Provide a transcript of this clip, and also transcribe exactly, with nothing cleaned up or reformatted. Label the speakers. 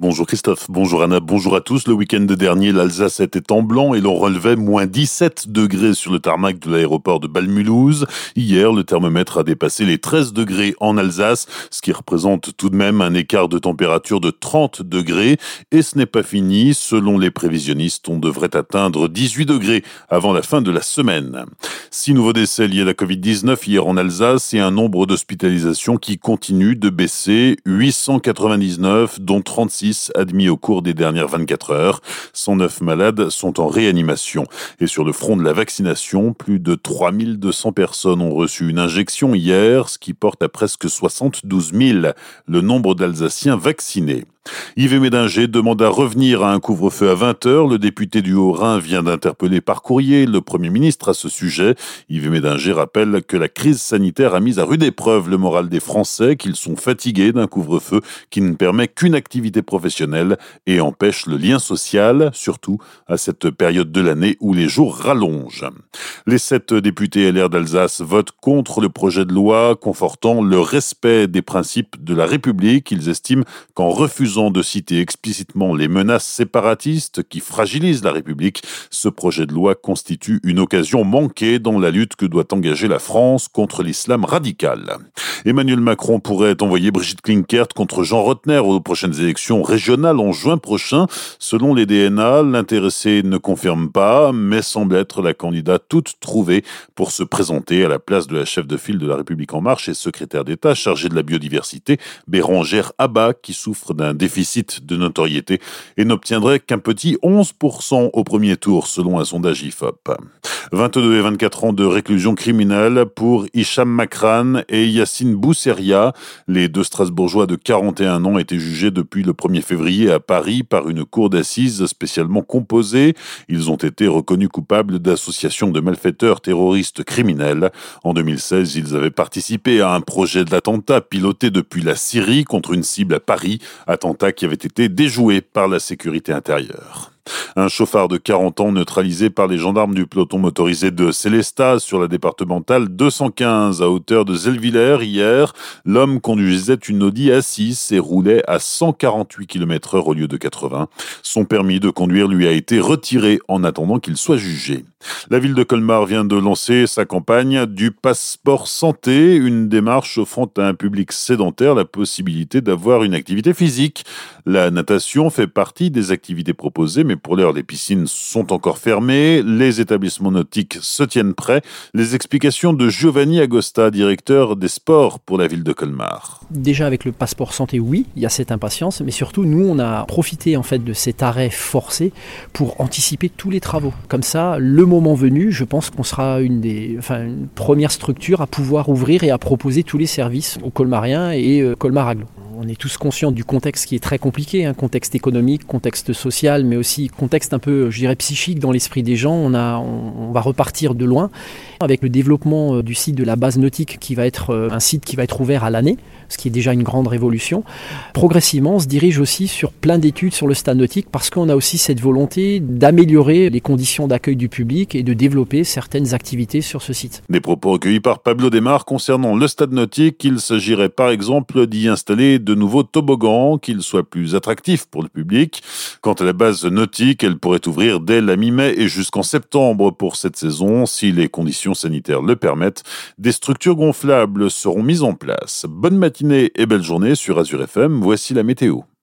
Speaker 1: Bonjour Christophe, bonjour Anna, bonjour à tous. Le week-end dernier, l'Alsace était en blanc et l'on relevait moins dix-sept degrés sur le tarmac de l'aéroport de Bâle-Mulhouse. Hier, le thermomètre a dépassé les treize degrés en Alsace, ce qui représente tout de même un écart de température de trente degrés. Et ce n'est pas fini. Selon les prévisionnistes, on devrait atteindre dix-huit degrés avant la fin de la semaine. Six nouveaux décès liés à la covid dix-neuf hier en Alsace et un nombre d'hospitalisations qui continue de baisser. huit cent quatre-vingt-dix-neuf, dont trente-six admis au cours des dernières vingt-quatre heures. cent neuf malades sont en réanimation. Et sur le front de la vaccination, plus de trois mille deux cents personnes ont reçu une injection hier, ce qui porte à presque soixante-douze mille le nombre d'Alsaciens vaccinés. Yves Médinger demande à revenir à un couvre-feu à vingt heures. Le député du Haut-Rhin vient d'interpeller par courrier le Premier ministre à ce sujet. Yves Médinger rappelle que la crise sanitaire a mis à rude épreuve le moral des Français, qu'ils sont fatigués d'un couvre-feu qui ne permet qu'une activité professionnelle et empêche le lien social, surtout à cette période de l'année où les jours rallongent. Les sept députés L R d'Alsace votent contre le projet de loi confortant le respect des principes de la République. Ils estiment qu'en refusant de citer explicitement les menaces séparatistes qui fragilisent la République, ce projet de loi constitue une occasion manquée dans la lutte que doit engager la France contre l'islam radical. Emmanuel Macron pourrait envoyer Brigitte Klinkert contre Jean Rottner aux prochaines élections régionales en juin prochain. Selon les D N A, l'intéressé ne confirme pas, mais semble être la candidate toute trouvée pour se présenter à la place de la chef de file de la République En Marche et secrétaire d'État chargée de la biodiversité, Bérangère Abba, qui souffre d'un déficit de notoriété et n'obtiendrait qu'un petit onze pour cent au premier tour, selon un sondage I F O P. vingt-deux et vingt-quatre ans de réclusion criminelle pour Hicham Makran et Yassine Bousseria. Les deux Strasbourgeois de quarante et un ans étaient jugés depuis le premier février à Paris par une cour d'assises spécialement composée. Ils ont été reconnus coupables d'association de malfaiteurs terroristes criminels. En deux mille seize, ils avaient participé à un projet d'attentat piloté depuis la Syrie contre une cible à Paris, attentat qui avait été déjoué par la sécurité intérieure. Un chauffard de quarante ans neutralisé par les gendarmes du peloton motorisé de Célestat sur la départementale deux cent quinze à hauteur de Zellwiller hier. L'homme conduisait une Audi A six et roulait à cent quarante-huit kilomètres heure au lieu de quatre-vingts. Son permis de conduire lui a été retiré en attendant qu'il soit jugé. La ville de Colmar vient de lancer sa campagne du passeport santé, une démarche offrant à un public sédentaire la possibilité d'avoir une activité physique. La natation fait partie des activités proposées, mais pour l'heure, les piscines sont encore fermées. Les établissements nautiques se tiennent prêts. Les explications de Giovanni Agosta, directeur des sports pour la ville de Colmar.
Speaker 2: Déjà avec le passeport santé, oui, il y a cette impatience, mais surtout nous, on a profité en fait de cet arrêt forcé pour anticiper tous les travaux. Comme ça, le moment venu, je pense qu'on sera une des, enfin, une première structure à pouvoir ouvrir et à proposer tous les services aux Colmariens et euh, Colmar-Aglo. On est tous conscients du contexte qui est très compliqué, un contexte économique, contexte social, mais aussi contexte un peu, je dirais, psychique dans l'esprit des gens. On, a, on, on va repartir de loin avec le développement du site de la base nautique qui va être un site qui va être ouvert à l'année, ce qui est déjà une grande révolution. Progressivement, on se dirige aussi sur plein d'études sur le stade nautique parce qu'on a aussi cette volonté d'améliorer les conditions d'accueil du public et de développer certaines activités sur ce site.
Speaker 1: Des propos recueillis par Pablo Desmar concernant le stade nautique. Il s'agirait par exemple d'y installer de nouveaux toboggans, qu'ils soient plus attractifs pour le public. Quant à la base nautique, elle pourrait ouvrir dès la mi-mai et jusqu'en septembre pour cette saison. Si les conditions sanitaires le permettent, des structures gonflables seront mises en place. Bonne matinée et belle journée sur Azure F M, voici la météo.